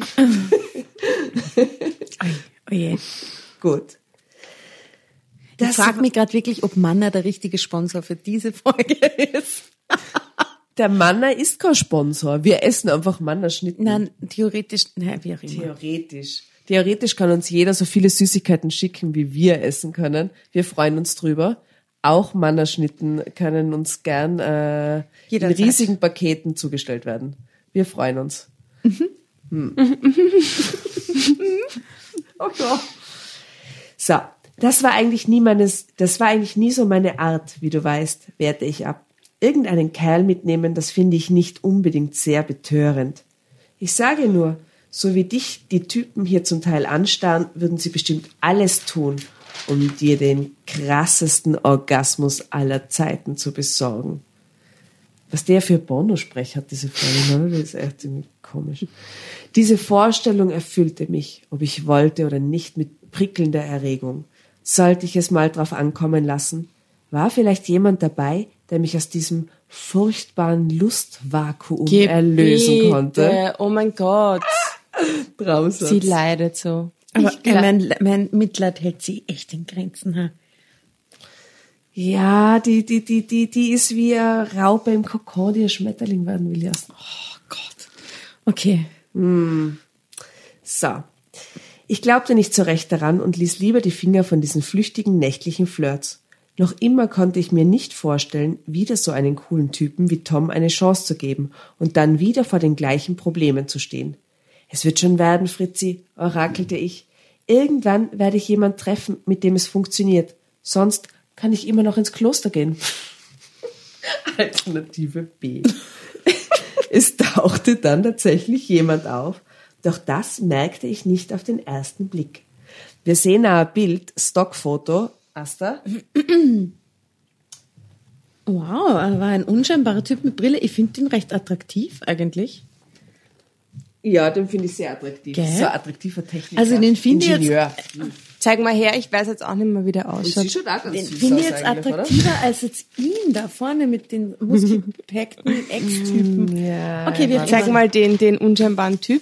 Oh je. Gut. Ich Das frage mich gerade wirklich, ob Manna der richtige Sponsor für diese Folge ist. Der Manna ist kein Sponsor. Wir essen einfach Manna-Schnitten. Nein, theoretisch, nein, wie auch immer. Theoretisch. Theoretisch kann uns jeder so viele Süßigkeiten schicken, wie wir essen können. Wir freuen uns drüber. Auch Mannerschnitten können uns gern äh, in Jederzeit. riesigen Paketen zugestellt werden. Wir freuen uns. Hm. Okay. So, das war eigentlich nie meines, das war eigentlich nie so meine Art, wie du weißt, werte ich ab. Irgendeinen Kerl mitnehmen, das finde ich nicht unbedingt sehr betörend. Ich sage nur, so wie dich die Typen hier zum Teil anstarren, würden sie bestimmt alles tun, um dir den krassesten Orgasmus aller Zeiten zu besorgen. Was der für Bono-Sprech hat, diese Freundin, das ist echt ziemlich komisch. Diese Vorstellung erfüllte mich, ob ich wollte oder nicht, mit prickelnder Erregung. Sollte ich es mal drauf ankommen lassen? War vielleicht jemand dabei, der mich aus diesem furchtbaren Lustvakuum erlösen konnte? Oh mein Gott. Traumsatz. Sie leidet so. Aber Ich glaub- äh, mein, mein Mitleid hält sie echt in Grenzen. Ha? Ja, die, die, die, die, die ist wie eine Raupe im Kokon, die ein Schmetterling werden will. Jasna. Oh Gott. Okay. So. Ich glaubte nicht so recht daran und ließ lieber die Finger von diesen flüchtigen nächtlichen Flirts. Noch immer konnte ich mir nicht vorstellen, wieder so einen coolen Typen wie Tom eine Chance zu geben und dann wieder vor den gleichen Problemen zu stehen. Es wird schon werden, Fritzi, orakelte ich. Irgendwann werde ich jemand treffen, mit dem es funktioniert. Sonst kann ich immer noch ins Kloster gehen. Alternative B. Es tauchte dann tatsächlich jemand auf, doch das merkte ich nicht auf den ersten Blick. Wir sehen ein Bild, Stockfoto. Asta? Wow, er war ein unscheinbarer Typ mit Brille. Ich finde ihn recht attraktiv eigentlich. Ja, den finde ich sehr attraktiv. Gell? So ein attraktiver Techniker. Also den finde ich Ingenieur. Zeig mal her, ich weiß jetzt auch nicht mehr, wie der Und ausschaut. sie schaut auch ganz Den süß finde aus ich jetzt eigentlich, oder? attraktiver als jetzt ihn da vorne mit den muskelgepackten Ex-Typen. Ja, Okay, wir Zeig mal den, den unscheinbaren Typ.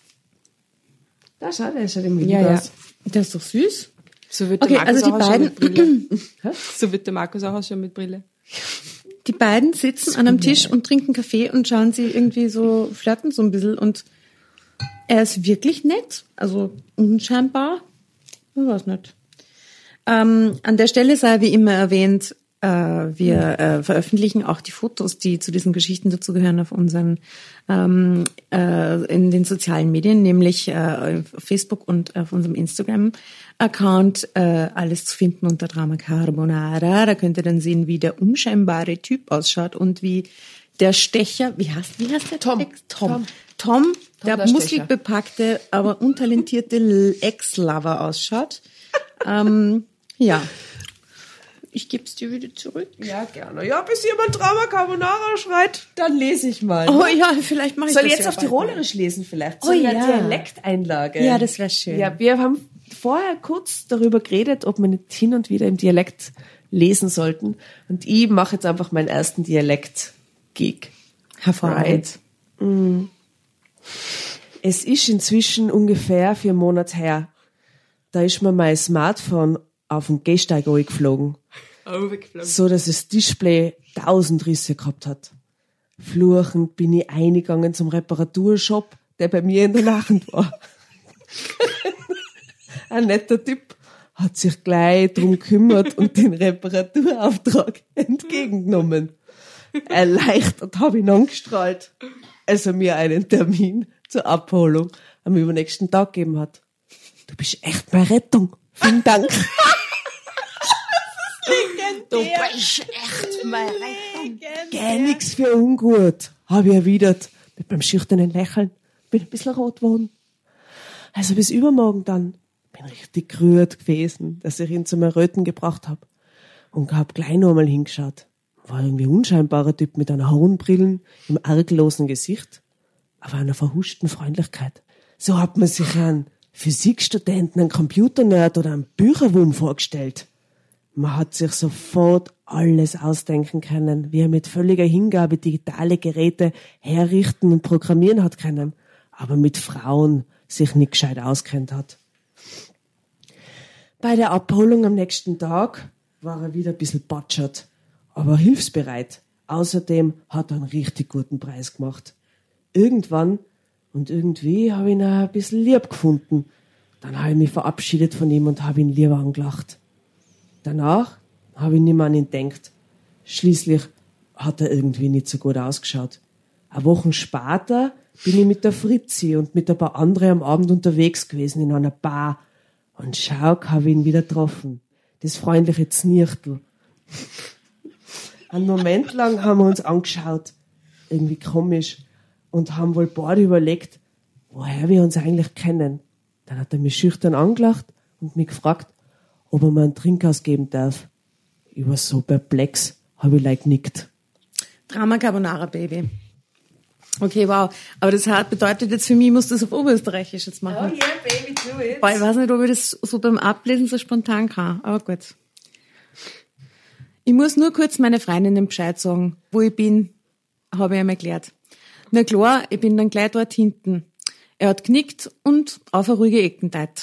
Da schaut er, schaut ihm Ja, gut ja. aus. Der ist doch süß. So wird Okay, der Markus also die auch ausschauen mit beiden- Brille. So wird der Markus auch ausschauen mit Brille. Die beiden sitzen an einem Tisch und trinken Kaffee und schauen sie irgendwie so, flirten so ein bisschen und er ist wirklich nett. Also unscheinbar. Ich weiß nicht. Ähm, an der Stelle sei wie immer erwähnt, äh, wir äh, veröffentlichen auch die Fotos, die zu diesen Geschichten dazugehören, auf unseren ähm, äh, in den sozialen Medien, nämlich äh, auf Facebook und auf unserem Instagram-Account, äh, alles zu finden unter Drama Carbonara. Da könnt ihr dann sehen, wie der unscheinbare Typ ausschaut und wie der Stecher, wie heißt, wie heißt der? Tom. Ex- Tom. Tom. Tom, der, der Stecher. muskelbepackte, aber untalentierte Ex-Lover ausschaut. ähm, ja. Ich geb's dir wieder zurück. Ja, gerne. Ja, bis jemand Drama Carbonara schreit, dann lese ich mal. Oh ja, vielleicht mache ich Soll das ich jetzt ja auf bald Tirolerisch lesen vielleicht? So Oh eine ja. Dialekteinlage. Ja, das wär schön. Ja, wir haben vorher kurz darüber geredet, ob wir nicht hin und wieder im Dialekt lesen sollten. Und ich mache jetzt einfach meinen ersten Dialekt-Gig. mal. Hervorragend. Right. Es ist inzwischen ungefähr vier Monate her. Da ist mir mein Smartphone auf den Gehsteig geflogen. So, dass das Display tausend Risse gehabt hat. Fluchend bin ich eingegangen zum Reparaturshop, der bei mir in der Nachricht war. Ein netter Typ hat sich gleich drum gekümmert und den Reparaturauftrag entgegengenommen. Erleichtert habe ich ihn angestrahlt, als er mir einen Termin zur Abholung am übernächsten Tag gegeben hat. Du bist echt meine Rettung. Vielen Dank. Du bist echt meine Rettung. Geh nix für ungut, habe ich erwidert, mit meinem schüchternen Lächeln. Bin ein bisschen rot geworden. Also bis übermorgen dann. Bin richtig gerührt gewesen, dass ich ihn zum Erröten gebracht habe. Und hab gleich noch einmal hingeschaut. War irgendwie ein unscheinbarer Typ mit einer hohen Brille, im arglosen Gesicht, aber einer verhuschten Freundlichkeit. So hat man sich einen Physikstudenten, einen Computernerd oder einen Bücherwurm vorgestellt. Man hat sich sofort alles ausdenken können, wie er mit völliger Hingabe digitale Geräte herrichten und programmieren hat können, aber mit Frauen sich nicht gescheit auskennt hat. Bei der Abholung am nächsten Tag war er wieder ein bisschen patschert, aber hilfsbereit. Außerdem hat er einen richtig guten Preis gemacht. Irgendwann und irgendwie habe ich ihn auch ein bisschen lieb gefunden. Dann habe ich mich verabschiedet von ihm und habe ihn lieber angelacht. Danach habe ich nicht mehr an ihn gedacht. Schließlich hat er irgendwie nicht so gut ausgeschaut. Eine Woche später bin ich mit der Fritzi und mit ein paar anderen am Abend unterwegs gewesen in einer Bar. Und schau, habe ich ihn wieder getroffen. Das freundliche Znirchtel. Einen Moment lang haben wir uns angeschaut. Irgendwie komisch. Und haben wohl beide überlegt, woher wir uns eigentlich kennen. Dann hat er mich schüchtern angelacht und mich gefragt, ob er mir einen Trink ausgeben darf. Ich war so perplex, habe ich like nickt. Drama Carbonara, Baby. Okay, wow. Aber das hat bedeutet jetzt für mich, ich muss das auf Oberösterreichisch jetzt machen. Oh yeah, baby, do it. Boah, ich weiß nicht, ob ich das so beim Ablesen so spontan kann, aber gut. Ich muss nur kurz meine Freundinnen Bescheid sagen, wo ich bin, habe ich ihm erklärt. Na klar, ich bin dann gleich dort hinten. Er hat knickt und auf eine ruhige Ecken teilt.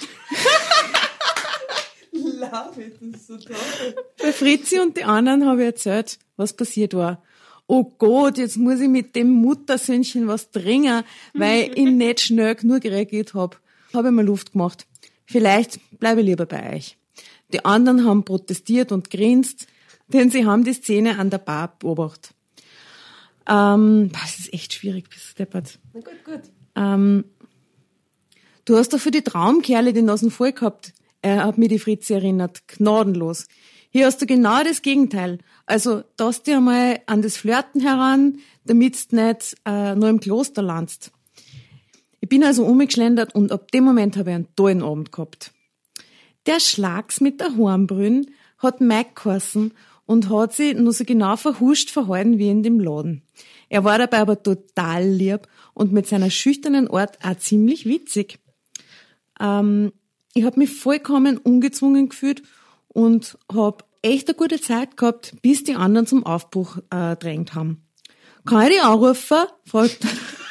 Love it, das ist so toll. Bei Fritzi und die anderen habe ich erzählt, was passiert war. Oh Gott, jetzt muss ich mit dem Muttersöhnchen was dringen, weil ich nicht schnell genug reagiert habe. Habe ich mir Luft gemacht. Vielleicht bleibe ich lieber bei euch. Die anderen haben protestiert und grinst, denn sie haben die Szene an der Bar beobachtet. Ähm, das ist echt schwierig, bis deppert. Na gut, gut. Ähm, du hast doch für die Traumkerle die Nasen voll gehabt. Er hat mich die Fritzi erinnert. Gnadenlos. Hier hast du genau das Gegenteil. Also, dass dir einmal an das Flirten heran, damit du nicht äh, nur im Kloster landest. Ich bin also umgeschlendert und ab dem Moment habe ich einen tollen Abend gehabt. Der Schlags mit der Hornbrünn hat Mike geheißen und hat sich nur so genau verhuscht verhalten wie in dem Laden. Er war dabei aber total lieb und mit seiner schüchternen Art auch ziemlich witzig. Ähm, ich habe mich vollkommen ungezwungen gefühlt und habe echt eine gute Zeit gehabt, bis die anderen zum Aufbruch äh, drängt haben. Kann ich die anrufen? Fragt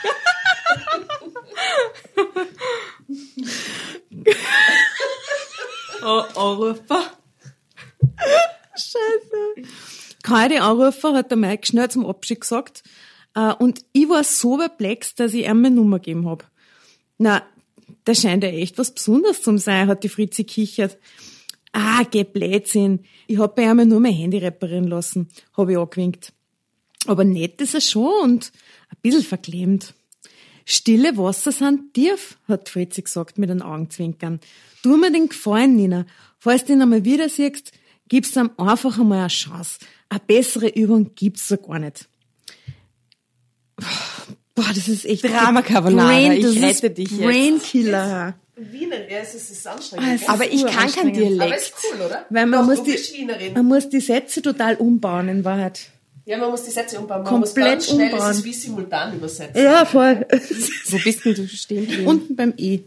Oh, Anrufer. Scheiße. Kann ich die anrufen, hat der Mike schnell zum Abschied gesagt. Äh, und ich war so perplex, dass ich ihm meine Nummer gegeben hab. Na, da scheint ja echt was Besonderes zu sein, hat die Fritzi kichert. Ah, geh Blödsinn. Ich hab bei ihm nur mein Handy reparieren lassen, hab ich angewinkt. Aber nett ist er schon und ein bisschen verklemmt. Stille Wasser sind tief, hat Fritzi gesagt mit den Augenzwinkern. Tu mir den Gefallen, Nina. Falls du ihn einmal wieder siehst, gibst ihm einfach einmal eine Chance. Eine bessere Übung gibt's so gar nicht. Boah, das ist echt Drama Carbonara, Brain, ich das rette ist dich jetzt. Brainkiller. Wiener, ja, es ist, es ist anstrengend. Ah, gell? es Aber ich kann kein anstrengend. Dialekt. Aber ist cool, oder? Weil man Doch, muss du die, bist Wienerin. man muss die Sätze total umbauen in Wahrheit. Ja, man muss die Sätze umbauen. Man Komplett muss ganz schnell, umbauen. es ist wie simultan übersetzen. Ja, voll. Wo bist denn du stehen geblieben? Unten beim E.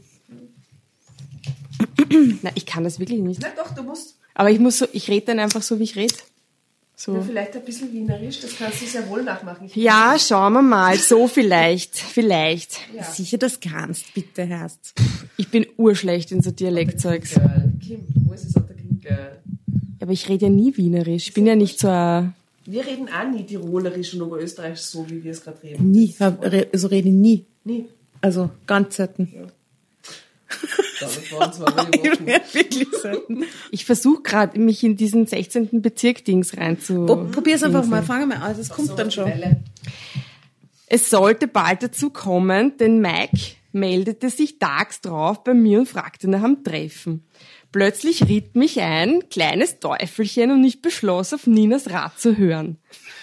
Na, ich kann das wirklich nicht. Na doch, du musst Aber ich muss so, ich rede dann einfach so, wie ich rede. ja, So. vielleicht ein bisschen wienerisch, das kannst du sehr wohl nachmachen. Ich Ja, schauen wir mal. So vielleicht. Vielleicht. Ja. Sicher, das kannst, bitte, Herst. Ich bin urschlecht in so Dialektzeugs. Girl. Kim, wo ist es unter Kim Girl? Aber ich rede ja nie Wienerisch. Ich bin ja nicht so ein... Wir reden auch nie Tirolerisch und Oberösterreichisch so, wie wir es gerade reden. Nie. Also rede ich nie. Nie. Also ganz selten. Das waren zwei Wochen. Ja, wirklich selten. Ich versuche gerade, mich in diesen sechzehnten Bezirk-Dings reinzu... Pro- Probier's einfach mal, fangen wir an, das kommt dann schon. Es sollte bald dazu kommen, denn Mike meldete sich tags drauf bei mir und fragte nach einem Treffen. Plötzlich riet mich ein kleines Teufelchen und ich beschloss, auf Ninas Rat zu hören.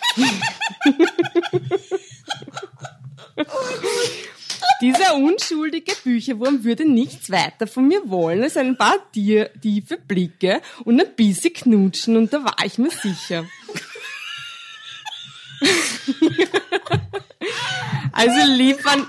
Dieser unschuldige Bücherwurm würde nichts weiter von mir wollen als ein paar tie- tiefe Blicke und ein bisschen knutschen, und da war ich mir sicher. Also liefern...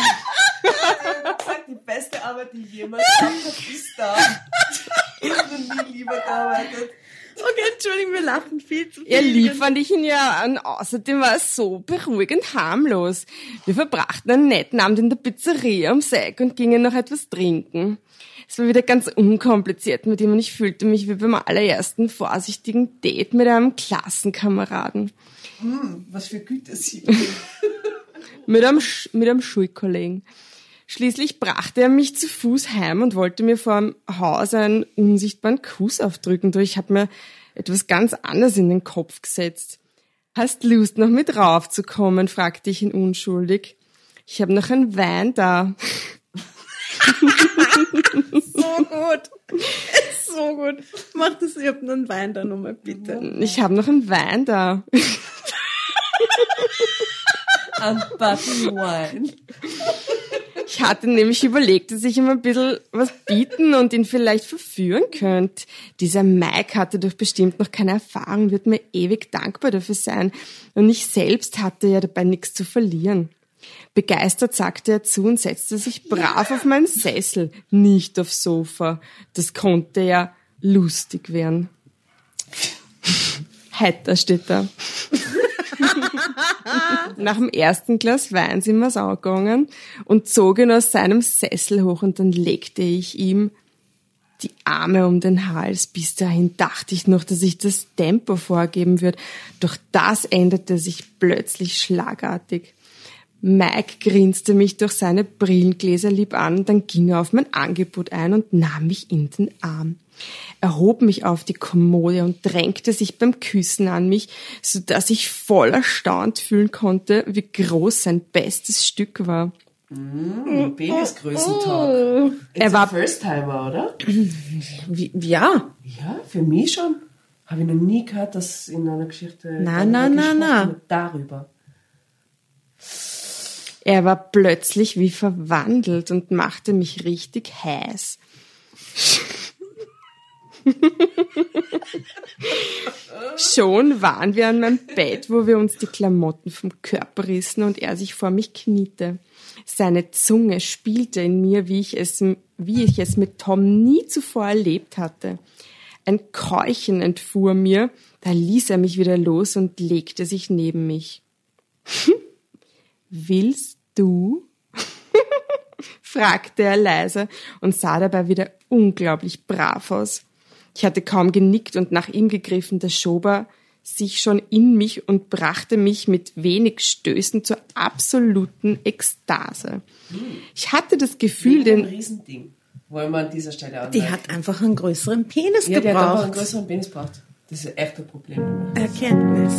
Die beste Arbeit, die ich jemals gemacht habe, ist da. Ich habe noch nie lieber gearbeitet. Okay, Entschuldigung, wir lachen viel zu viel. Er liefern dich ihn ja an. Außerdem war es so beruhigend harmlos. Wir verbrachten einen netten Abend in der Pizzeria am Seck und gingen noch etwas trinken. Es war wieder ganz unkompliziert mit ihm und ich fühlte mich wie beim allerersten vorsichtigen Date mit einem Klassenkameraden. Hm, was für Gütesiegel. Mit einem, Sch- mit einem Schulkollegen. Schließlich brachte er mich zu Fuß heim und wollte mir vor dem Haus einen unsichtbaren Kuss aufdrücken. Doch ich habe mir etwas ganz anderes in den Kopf gesetzt. Hast Lust, noch mit raufzukommen? Fragte ich ihn unschuldig. Ich habe noch einen Wein da. So gut. So gut. Mach das, ich hab noch einen Wein da nochmal, bitte. Ich habe noch einen Wein da. Ein Button Wine. Ich hatte nämlich überlegt, dass ich ihm ein bisschen was bieten und ihn vielleicht verführen könnte. Dieser Mike hatte doch bestimmt noch keine Erfahrung, wird mir ewig dankbar dafür sein. Und ich selbst hatte ja dabei nichts zu verlieren. Begeistert sagte er zu und setzte sich brav auf meinen Sessel, nicht aufs Sofa. Das konnte ja lustig werden. Heiter steht da. Nach dem ersten Glas Wein sind wir's angegangen und zog ihn aus seinem Sessel hoch und dann legte ich ihm die Arme um den Hals. Bis dahin dachte ich noch, dass ich das Tempo vorgeben würde, doch das änderte sich plötzlich schlagartig. Mike grinste mich durch seine Brillengläser lieb an, dann ging er auf mein Angebot ein und nahm mich in den Arm. Er hob mich auf die Kommode und drängte sich beim Küssen an mich, so dass ich voll erstaunt fühlen konnte, wie groß sein bestes Stück war. Mm, Penisgrößentag. Er war First-Timer, oder? Wie, ja. Ja, für mich schon. Habe ich noch nie gehört, dass in einer Geschichte Na, na, na, gesprochen na. wird darüber. Er war plötzlich wie verwandelt und machte mich richtig heiß. Schon waren wir an meinem Bett, wo wir uns die Klamotten vom Körper rissen und er sich vor mich kniete. Seine Zunge spielte in mir, wie ich es, wie ich es mit Tom nie zuvor erlebt hatte. Ein Keuchen entfuhr mir, da ließ er mich wieder los und legte sich neben mich. Willst du? fragte er leise und sah dabei wieder unglaublich brav aus. Ich hatte kaum genickt und nach ihm gegriffen, da schob er sich schon in mich und brachte mich mit wenig Stößen zur absoluten Ekstase. Ich hatte das Gefühl, Ein den... Riesending. Wollen wir an dieser Stelle anmerken. Die hat einfach einen größeren Penis ja, die hat einfach einen gebraucht. größeren Penis gebraucht. Das ist echt ein Problem. Erkenntnis.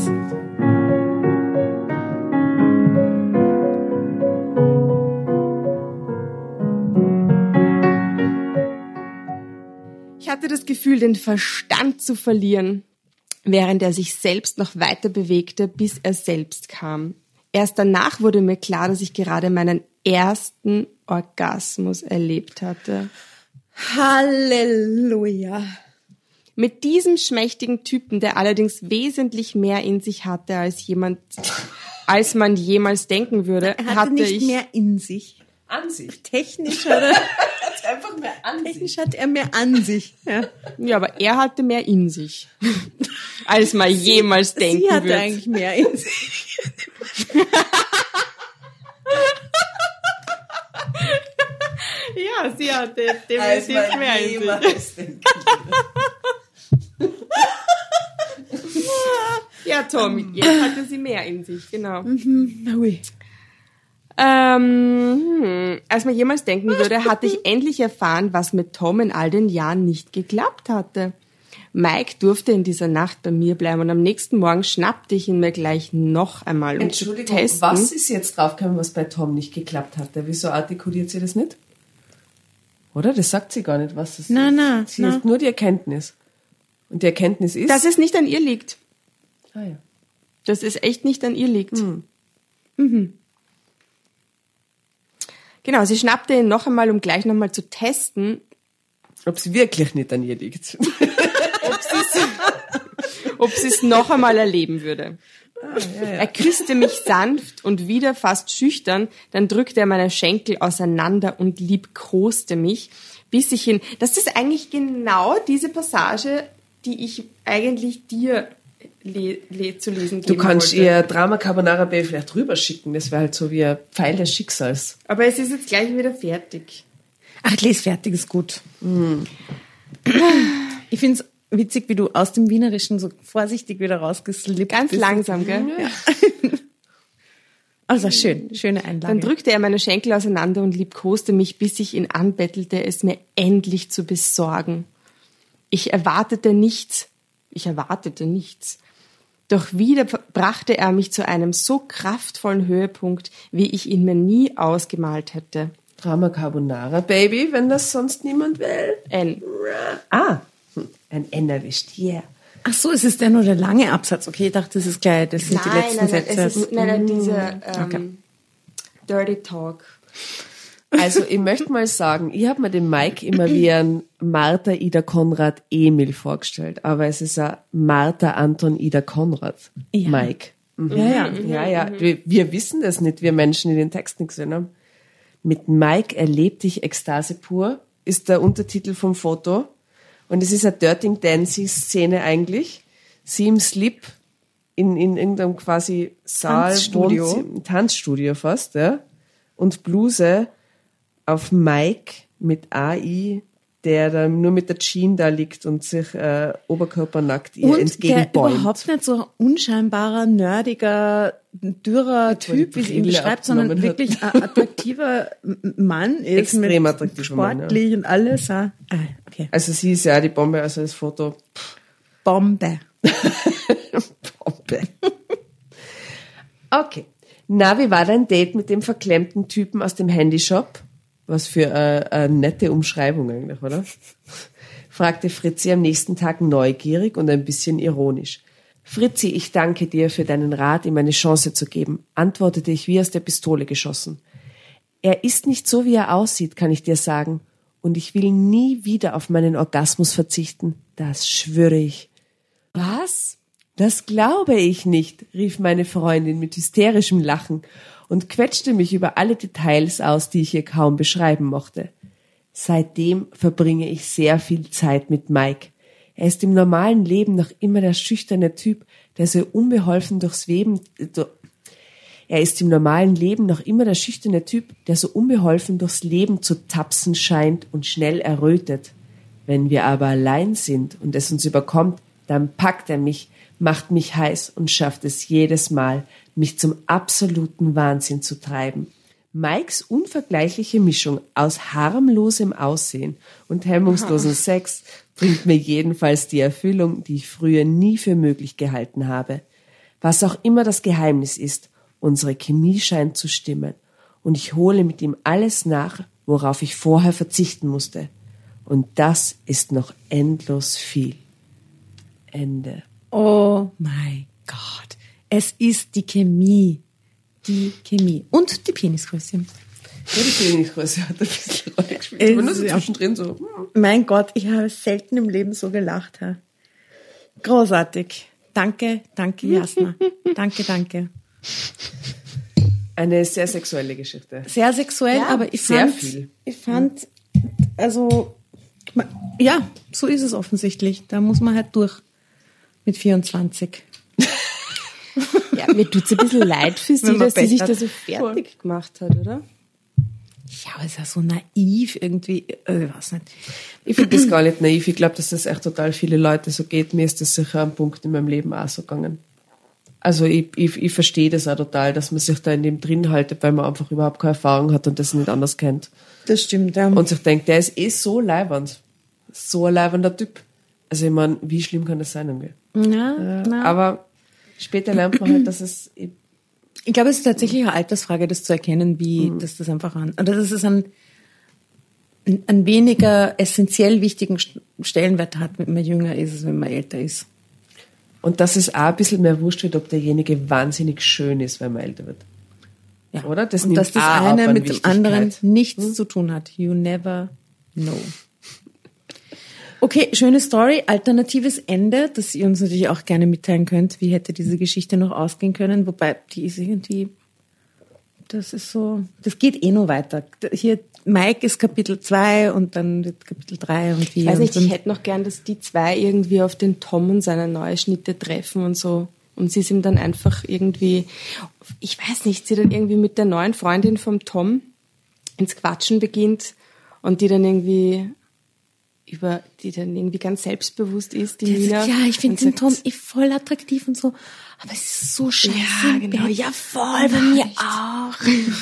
Ich hatte das Gefühl, den Verstand zu verlieren, während er sich selbst noch weiter bewegte, bis er selbst kam. Erst danach wurde mir klar, dass ich gerade meinen ersten Orgasmus erlebt hatte. Halleluja. Mit diesem schmächtigen Typen, der allerdings wesentlich mehr in sich hatte als jemand, als man jemals denken würde, Er hatte hatte nicht ich mehr in sich. An sich. Technisch hat er, Hat einfach mehr an sich. technisch hat er mehr an sich. Ja. ja, aber er hatte mehr in sich, als man jemals denken Sie hatte würde. eigentlich mehr in sich. Ja, sie hatte Als definitiv man mehr in sich. jemals denken würde. Ja, Tom, jetzt hatte sie mehr in sich, genau. Ui. Ähm, hm, als man jemals denken würde, hatte ich endlich erfahren, was mit Tom in all den Jahren nicht geklappt hatte. Mike durfte in dieser Nacht bei mir bleiben und am nächsten Morgen schnappte ich ihn mir gleich noch einmal, um zu Entschuldigung, testen. was ist jetzt draufgekommen, was bei Tom nicht geklappt hatte? Wieso artikuliert sie das nicht? Oder? Das sagt sie gar nicht, was das Na, ist. na, Sie na. hat nur die Erkenntnis. Und die Erkenntnis ist... Dass es nicht an ihr liegt. ah, ja. Dass es echt nicht an ihr liegt. Hm. Mhm. Genau, sie schnappte ihn noch einmal, um gleich nochmal zu testen, Ob sie wirklich nicht an ihr liegt. ob sie es noch einmal erleben würde. Ah, ja, ja. Er küsste mich sanft und wieder fast schüchtern, dann drückte er meine Schenkel auseinander und liebkoste mich, bis ich ihn... Das ist eigentlich genau diese Passage, die ich eigentlich dir le le zu lesen Du geben kannst wollte. ihr Drama Carbonara Bay vielleicht rüberschicken. Das wäre halt so wie ein Pfeil des Schicksals. Aber es ist jetzt gleich wieder fertig. Ach, les fertig ist gut. Ich finde es witzig, wie du aus dem Wienerischen so vorsichtig wieder rausgeslippt Ganz bist. langsam, gell? Also schön, schöne Einlage. Dann drückte er meine Schenkel auseinander und liebkoste mich, bis ich ihn anbettelte, es mir endlich zu besorgen. Ich erwartete nichts. Ich erwartete nichts. Doch wieder brachte er mich zu einem so kraftvollen Höhepunkt, wie ich ihn mir nie ausgemalt hätte. Drama Carbonara Baby, wenn das sonst niemand will. Ein Ah, hm, ein N erwischt. Yeah. Ach so, es ist ja nur der lange Absatz. Okay, ich dachte, das ist gleich, das sind die nein, letzten nein, nein, Sätze. es ist, nein, nein, dieser ähm, Okay. Dirty Talk. Also ich möchte mal sagen, ich habe mir den Mike immer wie ein Martha Ida Konrad Emil vorgestellt, aber es ist ein Martha Anton Ida Konrad Ja. Mike. Mhm. Ja, ja. Ja, ja, wir, wir wissen das nicht, wir Menschen, die den Text nicht gesehen haben. Mit Mike erlebte ich Ekstase pur, ist der Untertitel vom Foto. Und es ist eine Dirty Dancing-Szene eigentlich. Sie im Slip in, in irgendeinem quasi Saal, Tanzstudio. Wohnzimmer- Tanzstudio fast, ja. Und Bluse auf Mike mit A I, der dann nur mit der Jeans da liegt und sich äh, oberkörpernackt ihr Und der entgegenbäumt. überhaupt nicht so ein unscheinbarer, nerdiger, dürrer Typ, wie sie ihn Brille beschreibt, sondern abgenommen hat. wirklich ein attraktiver M- Mann ist. Extrem mit attraktiver Mann, ja. sportlich und alles. Ah, okay. Also sie ist ja die Bombe, also das Foto. Bombe. Bombe. Okay. Na, wie war dein Date mit dem verklemmten Typen aus dem Handyshop? Was für eine äh, nette Umschreibung eigentlich, oder? Fragte Fritzi am nächsten Tag neugierig und ein bisschen ironisch. Fritzi, ich danke dir für deinen Rat, ihm eine Chance zu geben, antwortete ich wie aus der Pistole geschossen. Er ist nicht so, wie er aussieht, kann ich dir sagen. Und ich will nie wieder auf meinen Orgasmus verzichten. Das schwöre ich. Was? Das glaube ich nicht, rief meine Freundin mit hysterischem Lachen und quetschte mich über alle Details aus, die ich ihr kaum beschreiben mochte. Seitdem verbringe ich sehr viel Zeit mit Mike. Er ist im normalen Leben noch immer der schüchterne Typ, der so unbeholfen durchs Leben, er ist im normalen Leben noch immer der schüchterne Typ, der so unbeholfen durchs Leben zu tapsen scheint und schnell errötet. Wenn wir aber allein sind und es uns überkommt, dann packt er mich, macht mich heiß und schafft es jedes Mal, mich zum absoluten Wahnsinn zu treiben. Mikes unvergleichliche Mischung aus harmlosem Aussehen und hemmungslosem Sex bringt mir jedenfalls die Erfüllung, die ich früher nie für möglich gehalten habe. Was auch immer das Geheimnis ist, unsere Chemie scheint zu stimmen und ich hole mit ihm alles nach, worauf ich vorher verzichten musste. Und das ist noch endlos viel. Ende. Oh mein Gott. Es ist die Chemie. Die Chemie. Und die Penisgröße. Ja, die Penisgröße hat ein bisschen Rolle gespielt. Es Aber nur so ist ja- zwischendrin so. hm. Mein Gott, ich habe selten im Leben so gelacht. Herr. Großartig. Danke, danke, Jasna. Danke, danke. Eine sehr sexuelle Geschichte. Sehr sexuell, Ja, aber ich sehr fand, viel. ich fand, also, ma- ja, so ist es offensichtlich. Da muss man halt durch mit vierundzwanzig. Ja, mir tut's ein bisschen leid für sie, Wenn man dass sie sich Pech da hat. so fertig gemacht hat, oder? Ja, aber ist ja so naiv irgendwie, äh, ich weiß nicht. Ich finde das gar nicht naiv. Ich glaube, dass das echt total viele Leute so geht. Mir ist das sicher am Punkt in meinem Leben auch so gegangen. Also ich, ich, ich verstehe das auch total, dass man sich da in dem drin haltet, weil man einfach überhaupt keine Erfahrung hat und das nicht anders kennt. Das stimmt, ja. Und sich denkt, der ist eh so leibernd. So ein leibernder Typ. Also ich meine, wie schlimm kann das sein irgendwie? Ja, Äh, na. aber später lernt man halt, dass es... Ich glaube, es ist tatsächlich eine Altersfrage, das zu erkennen, wie, mhm. dass das einfach an, oder dass es einen, einen weniger essentiell wichtigen Stellenwert hat, wenn man jünger ist, als wenn man älter ist. Und dass es auch ein bisschen mehr wurscht wird, ob derjenige wahnsinnig schön ist, wenn man älter wird. Ja. Oder? Das Und nimmt dass das auch ab eine an mit dem anderen Wichtigkeit. nichts Hm? zu tun hat. You never know. Okay, schöne Story. Alternatives Ende, das ihr uns natürlich auch gerne mitteilen könnt. Wie hätte diese Geschichte noch ausgehen können? Wobei, die ist irgendwie, das ist so, das geht eh noch weiter. Hier, Mike ist Kapitel zwei und dann wird Kapitel drei und vier. Ich weiß nicht, und ich hätte noch gern, dass die zwei irgendwie auf den Tom und seine neue Schnitte treffen und so. Und sie sind dann einfach irgendwie, ich weiß nicht, sie dann irgendwie mit der neuen Freundin vom Tom ins Quatschen beginnt und die dann irgendwie über, die dann irgendwie ganz selbstbewusst ist, die Nina. Ja, ich finde und den Tom sagt, eh voll attraktiv und so, aber es ist so scheiße. Ja, genau. Ja, voll, bei mir auch.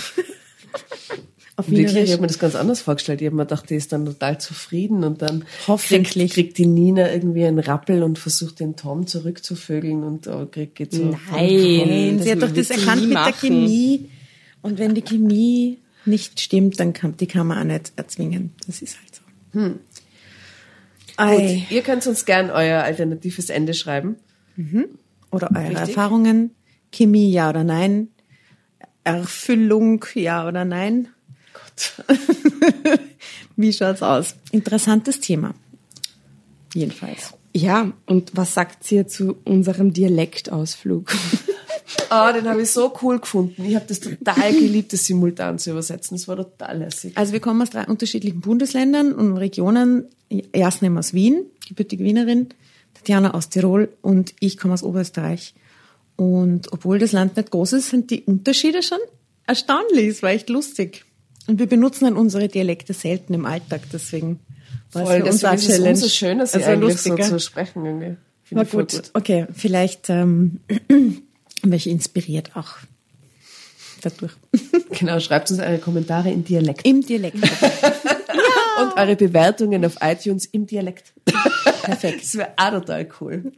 Auf Wirklich, ich Wienerisch. habe mir das ganz anders vorgestellt. Ich habe mir gedacht, die ist dann total zufrieden und dann Hoffentlich. kriegt, kriegt die Nina irgendwie einen Rappel und versucht den Tom zurückzuvögeln und oh, kriegt geht so. Nein, Sie hat doch das wird sie erkannt nie mit der machen. Chemie. Und wenn die Chemie nicht stimmt, dann kann, die kann man auch nicht erzwingen. Das ist halt so. Hm. Ei. Gut, ihr könnt uns gern euer alternatives Ende schreiben. Oder eure Richtig. Erfahrungen. Chemie, ja oder nein. Erfüllung, ja oder nein. Gott. Wie schaut's aus? Interessantes Thema. Jedenfalls. Ja, und was sagt sie zu unserem Dialektausflug? Ah, den habe ich so cool gefunden. Ich habe das total geliebt, das simultan zu übersetzen. Das war total lässig. Also wir kommen aus drei unterschiedlichen Bundesländern und Regionen. Jasnem aus Wien, gebürtige Wienerin, Tatjana aus Tirol und ich komme aus Oberösterreich. Und obwohl das Land nicht groß ist, sind die Unterschiede schon erstaunlich. Es war echt lustig. Und wir benutzen dann unsere Dialekte selten im Alltag, deswegen war Voll, es für uns deswegen eine ist es Challenge. umso schöner, sie Also eigentlich lustiger. so zu sprechen. Irgendwie. Finde War ich voll gut. Okay, vielleicht ähm, welche inspiriert auch dadurch. Genau, schreibt uns eure Kommentare in Dialekt. Im Dialekt. Und eure Bewertungen auf iTunes im Dialekt. Perfekt. Das wäre auch total cool.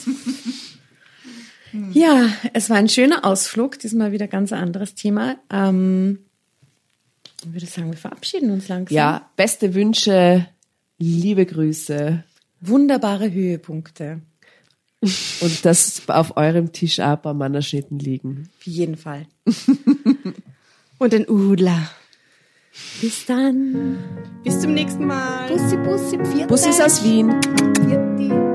Ja, es war ein schöner Ausflug, diesmal wieder ganz ein anderes Thema. Ähm, ich würde sagen, wir verabschieden uns langsam. Ja, beste Wünsche, liebe Grüße. Wunderbare Höhepunkte. Und dass auf eurem Tisch auch ein paar Mannerschnitten liegen. Auf jeden Fall. Und ein Udler. Bis dann. Bis zum nächsten Mal. Bussi, Bussi, Pfiat Bussis aus Wien. Pfiat.